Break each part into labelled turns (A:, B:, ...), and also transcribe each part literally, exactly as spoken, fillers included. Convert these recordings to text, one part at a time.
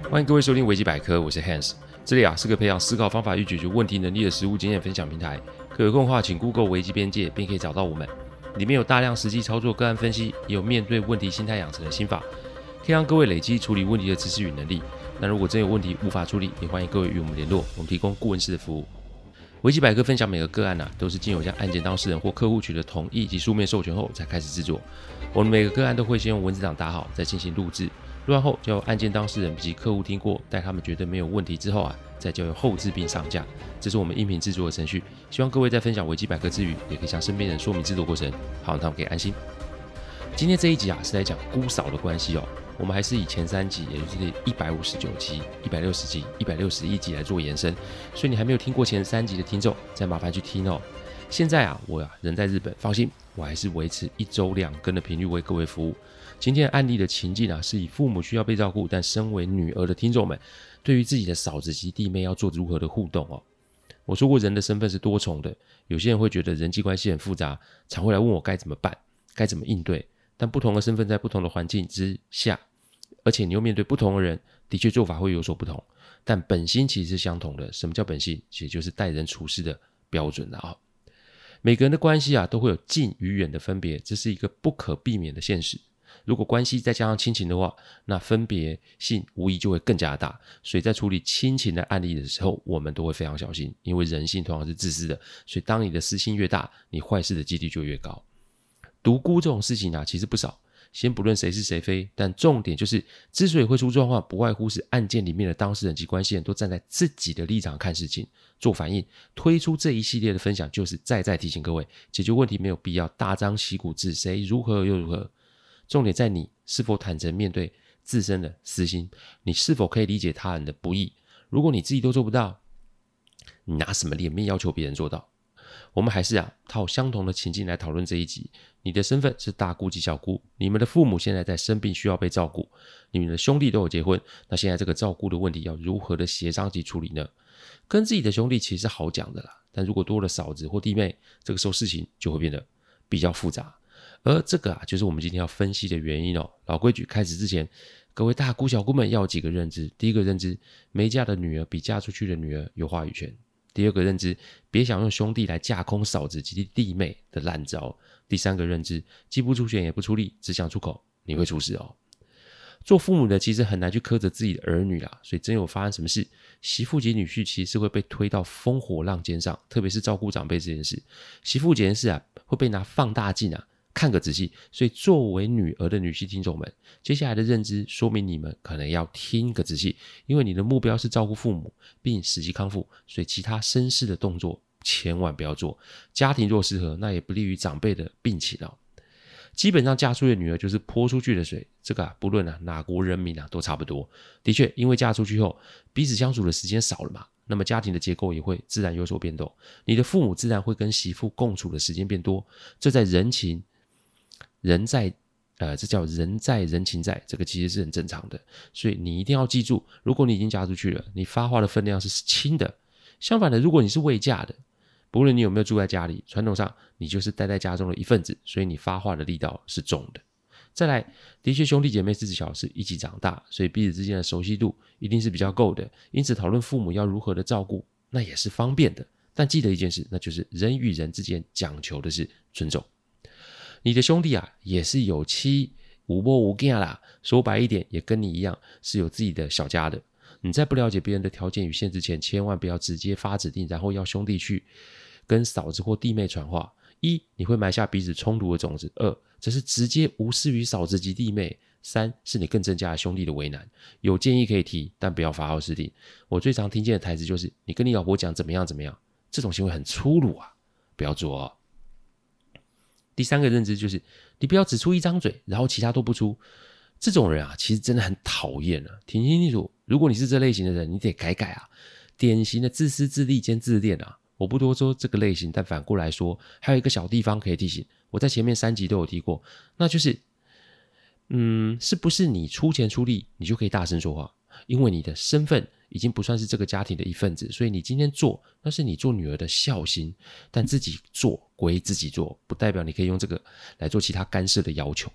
A: 欢迎各位收听维基百科，我是 Hans， 这里啊是个培养思考方法与解决问题能力的实务经验分享平台。可有空的话，请 Google 维基边界，便可以找到我们。里面有大量实际操作个案分析，也有面对问题心态养成的心法，可以让各位累积处理问题的知识与能力。那如果真有问题无法处理，也欢迎各位与我们联络，我们提供顾问式的服务。维基百科分享每个个案啊，都是经由向案件当事人或客户取得同意及书面授权后才开始制作。我们每个个案都会先用文字档打好，再进行录制。录完后，交由案件当事人及客户听过，待他们觉得没有问题之后啊，再交由后制并上架。这是我们音频制作的程序。希望各位在分享维基百科之余，也可以向身边人说明制作过程，好让他们可以安心。今天这一集啊，是来讲姑嫂的关系哦。我们还是以前三集，也就是一百五十九集、一百六十集、一百六十一集来做延伸。所以你还没有听过前三集的听众，再麻烦去听哦。现在啊，我啊人在日本，放心，我还是维持一周两更的频率为各位服务。今天的案例的情境啊，是以父母需要被照顾，但身为女儿的听众们，对于自己的嫂子及弟妹要做如何的互动哦。我说过，人的身份是多重的，有些人会觉得人际关系很复杂，常会来问我该怎么办，该怎么应对。但不同的身份在不同的环境之下，而且你又面对不同的人，的确做法会有所不同，但本心其实是相同的。什么叫本心？其实就是待人处事的标准啊、哦。每个人的关系啊，都会有近与远的分别，这是一个不可避免的现实。如果关系再加上亲情的话，那分别性无疑就会更加大。所以在处理亲情的案例的时候，我们都会非常小心，因为人性通常是自私的，所以当你的私心越大，你坏事的几率就越高。独孤这种事情啊，其实不少。先不论谁是谁非，但重点就是之所以会出状况，不外乎是案件里面的当事人及关系人都站在自己的立场看事情做反应。推出这一系列的分享，就是再再提醒各位，解决问题没有必要大张旗鼓指谁如何又如何，重点在你是否坦诚面对自身的私心，你是否可以理解他人的不易。如果你自己都做不到，你拿什么脸面要求别人做到？我们还是啊套相同的情境来讨论这一集。你的身份是大姑及小姑，你们的父母现在在生病需要被照顾，你们的兄弟都有结婚，那现在这个照顾的问题要如何的协商及处理呢？跟自己的兄弟其实是好讲的啦，但如果多了嫂子或弟妹，这个时候事情就会变得比较复杂。而这个啊就是我们今天要分析的原因哦。老规矩，开始之前，各位大姑小姑们要有几个认知。第一个认知，没嫁的女儿比嫁出去的女儿有话语权。第二个认知，别想用兄弟来架空嫂子及弟妹的烂招。第三个认知，既不出钱也不出力，只想出口，你会出事哦。做父母的其实很难去苛责自己的儿女啦，所以真有发生什么事，媳妇及女婿其实是会被推到烽火浪尖上，特别是照顾长辈这件事，媳妇这件事啊会被拿放大镜啊看个仔细。所以作为女儿的女婿听众们，接下来的认知说明你们可能要听个仔细，因为你的目标是照顾父母并使其康复，所以其他绅士的动作千万不要做。家庭若失和，那也不利于长辈的病情哦。基本上嫁出去的女儿就是泼出去的水，这个啊不论啊哪国人民啊都差不多。的确，因为嫁出去后彼此相处的时间少了嘛，那么家庭的结构也会自然有所变动，你的父母自然会跟媳妇共处的时间变多，这在人情人在呃，这叫人在人情在，这个其实是很正常的。所以你一定要记住，如果你已经嫁出去了，你发话的分量是轻的。相反的，如果你是未嫁的，不论你有没有住在家里，传统上你就是待在家中的一份子，所以你发话的力道是重的。再来，的确兄弟姐妹自小是一起长大，所以彼此之间的熟悉度一定是比较够的，因此讨论父母要如何的照顾，那也是方便的。但记得一件事，那就是人与人之间讲求的是尊重。你的兄弟啊也是有妻无婆无囝啦，说白一点也跟你一样是有自己的小家的。你在不了解别人的条件与限制前，千万不要直接发指令，然后要兄弟去跟嫂子或弟妹传话。一，你会埋下彼此冲突的种子；二，则是直接无视于嫂子及弟妹；三，是你更增加了兄弟的为难。有建议可以提，但不要发号施令。我最常听见的台词就是你跟你老婆讲怎么样怎么样，这种行为很粗鲁啊，不要做哦。第三个认知就是你不要只出一张嘴，然后其他都不出。这种人啊其实真的很讨厌啊，听清楚，如果你是这类型的人，你得改改啊。典型的自私自利兼自恋啊，我不多说这个类型，但反过来说，还有一个小地方可以提醒，我在前面三集都有提过，那就是嗯，是不是你出钱出力你就可以大声说话？因为你的身份已经不算是这个家庭的一份子，所以你今天做那是你做女儿的孝心，但自己做归自己做，不代表你可以用这个来做其他干涉的要求啊。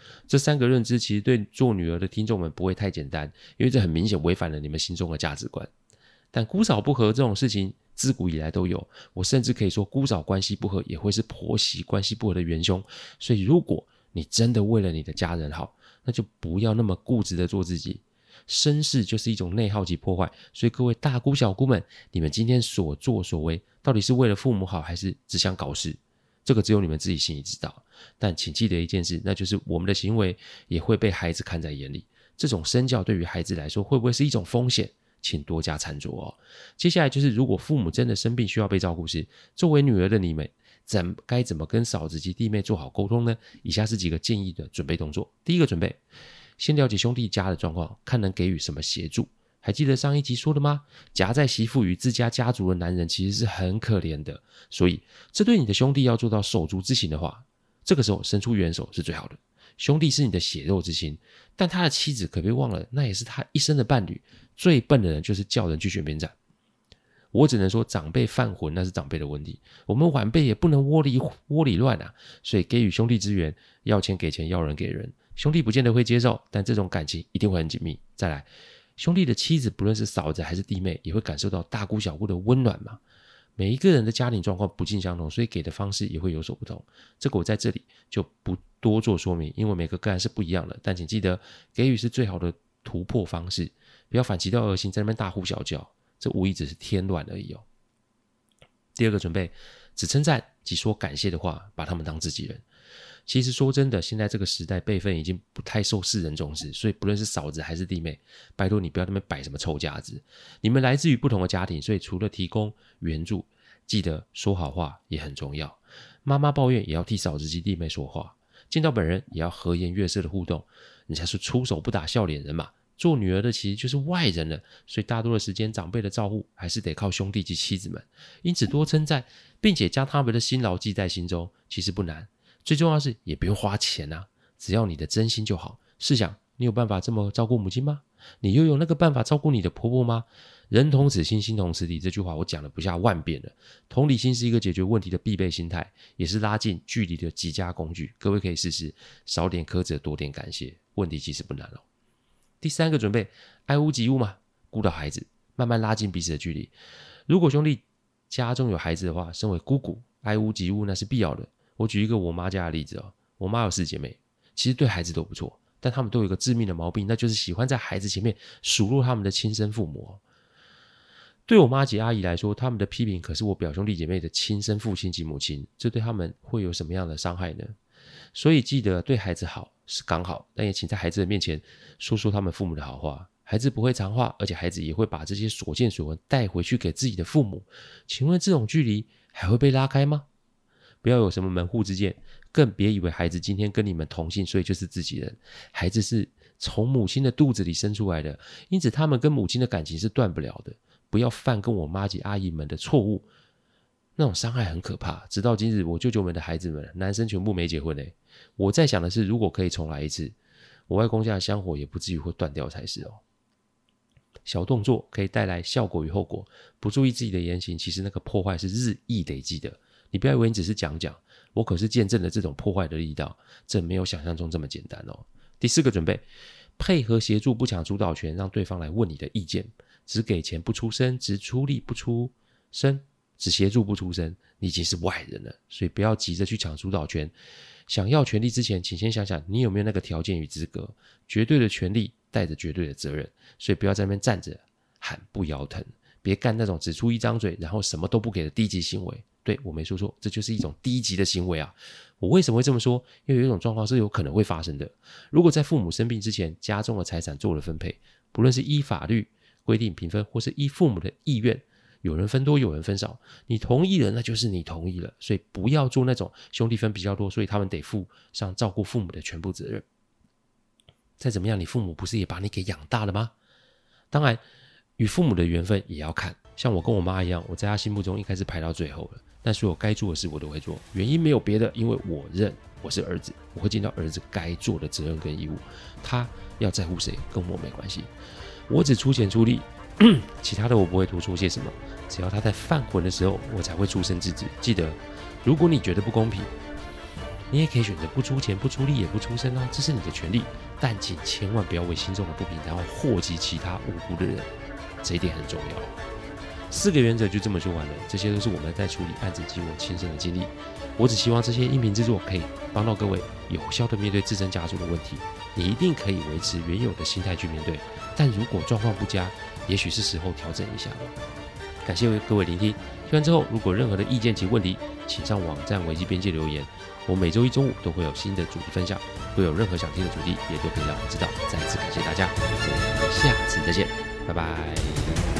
A: 这三个认知其实对做女儿的听众们不会太简单，因为这很明显违反了你们心中的价值观。但姑嫂不和这种事情自古以来都有，我甚至可以说姑嫂关系不和也会是婆媳关系不和的元凶。所以如果你真的为了你的家人好，那就不要那么固执的做自己。绅士就是一种内耗及破坏，所以各位大姑小姑们，你们今天所作所为到底是为了父母好，还是只想搞事？这个只有你们自己心里知道。但请记得一件事，那就是我们的行为也会被孩子看在眼里。这种身教对于孩子来说会不会是一种风险？请多加参酌哦。接下来就是如果父母真的生病需要被照顾时，作为女儿的你们怎该怎么跟嫂子及弟妹做好沟通呢？以下是几个建议的准备动作。第一个准备，先了解兄弟家的状况，看能给予什么协助。还记得上一集说的吗？夹在媳妇与自家家族的男人其实是很可怜的，所以这对你的兄弟要做到手足之情的话，这个时候伸出援手是最好的。兄弟是你的血肉之亲，但他的妻子可别忘了，那也是他一生的伴侣。最笨的人就是叫人去选边站。我只能说长辈犯浑那是长辈的问题，我们晚辈也不能窝里窝里乱啊。所以给予兄弟支援，要钱给钱，要人给人，兄弟不见得会接受，但这种感情一定会很紧密。再来，兄弟的妻子不论是嫂子还是弟妹，也会感受到大姑小姑的温暖嘛。每一个人的家庭状况不尽相同，所以给的方式也会有所不同。这个我在这里就不多做说明，因为每个个案是不一样的。但请记得，给予是最好的突破方式，不要反其道而行，在那边大呼小叫，这无疑只是添乱而已哦。第二个准备，只称赞及说感谢的话，把他们当自己人。其实说真的，现在这个时代辈分已经不太受世人重视，所以不论是嫂子还是弟妹，拜托你不要在那边摆什么臭架子。你们来自于不同的家庭，所以除了提供援助，记得说好话也很重要。妈妈抱怨也要替嫂子及弟妹说话，见到本人也要和颜悦色的互动。人家是出手不打笑脸人嘛，做女儿的其实就是外人了，所以大多的时间长辈的照顾还是得靠兄弟及妻子们。因此多称赞，并且将他们的辛劳记在心中，其实不难。最重要的是也不用花钱啊，只要你的真心就好。试想，你有办法这么照顾母亲吗？你又有那个办法照顾你的婆婆吗？人同此心，心同此理，这句话我讲了不下万遍了。同理心是一个解决问题的必备心态，也是拉近距离的极佳工具。各位可以试试，少点苛责，多点感谢，问题其实不难哦。第三个准备，爱屋及乌嘛，顾到孩子，慢慢拉近彼此的距离。如果兄弟家中有孩子的话，身为姑姑，爱屋及乌那是必要的。我举一个我妈家的例子哦，我妈有四姐妹，其实对孩子都不错，但她们都有一个致命的毛病，那就是喜欢在孩子前面数落他们的亲生父母哦。对我妈及阿姨来说，他们的批评可是我表兄弟姐妹的亲生父亲及母亲，这对他们会有什么样的伤害呢？所以记得对孩子好是刚好，但也请在孩子的面前说说他们父母的好话。孩子不会藏话，而且孩子也会把这些所见所闻带回去给自己的父母。请问这种距离还会被拉开吗？不要有什么门户之见，更别以为孩子今天跟你们同姓，所以就是自己人。孩子是从母亲的肚子里生出来的，因此他们跟母亲的感情是断不了的。不要犯跟我妈及阿姨们的错误，那种伤害很可怕。直到今日，我舅舅们的孩子们，男生全部没结婚诶。我在想的是，如果可以重来一次，我外公家的香火也不至于会断掉才是哦。小动作可以带来效果与后果，不注意自己的言行，其实那个破坏是日益累积的。你不要以为你只是讲讲，我可是见证了这种破坏的力道，这没有想象中这么简单哦。第四个准备，配合协助，不抢主导权，让对方来问你的意见。只给钱不出声，只出力不出声，只协助不出声，你已经是外人了。所以不要急着去抢主导权，想要权力之前，请先想想你有没有那个条件与资格。绝对的权力带着绝对的责任，所以不要在那边站着喊不腰疼，别干那种只出一张嘴然后什么都不给的低级行为。对，我没说错，这就是一种低级的行为啊。我为什么会这么说？因为有一种状况是有可能会发生的。如果在父母生病之前，家中的财产做了分配，不论是依法律规定平分，或是依父母的意愿，有人分多有人分少，你同意了那就是你同意了。所以不要做那种兄弟分比较多，所以他们得负上照顾父母的全部责任。再怎么样，你父母不是也把你给养大了吗？当然与父母的缘分也要看，像我跟我妈一样，我在她心目中应该是排到最后了，但所有该做的事我都会做，原因没有别的，因为我认我是儿子，我会尽到儿子该做的责任跟义务。他要在乎谁跟我没关系，我只出钱出力，其他的我不会多说些什么。只要他在犯浑的时候，我才会出声制止。记得，如果你觉得不公平， 你也可以选择不出钱、不出力、也不出声哦，这是你的权利。但请千万不要为心中的不平，然后祸及其他无辜的人，这一点很重要。四个原则就这么说完了，这些都是我们在处理案子及我亲身的经历。我只希望这些音频制作可以帮到各位有效的面对自身家族的问题。你一定可以维持原有的心态去面对，但如果状况不佳，也许是时候调整一下了。感谢各位聆听，听完之后如果任何的意见及问题，请上网站危机边界留言。我每周一中午都会有新的主题分享，如果有任何想听的主题，也都可以让我知道。再次感谢大家，我们下次再见，拜拜。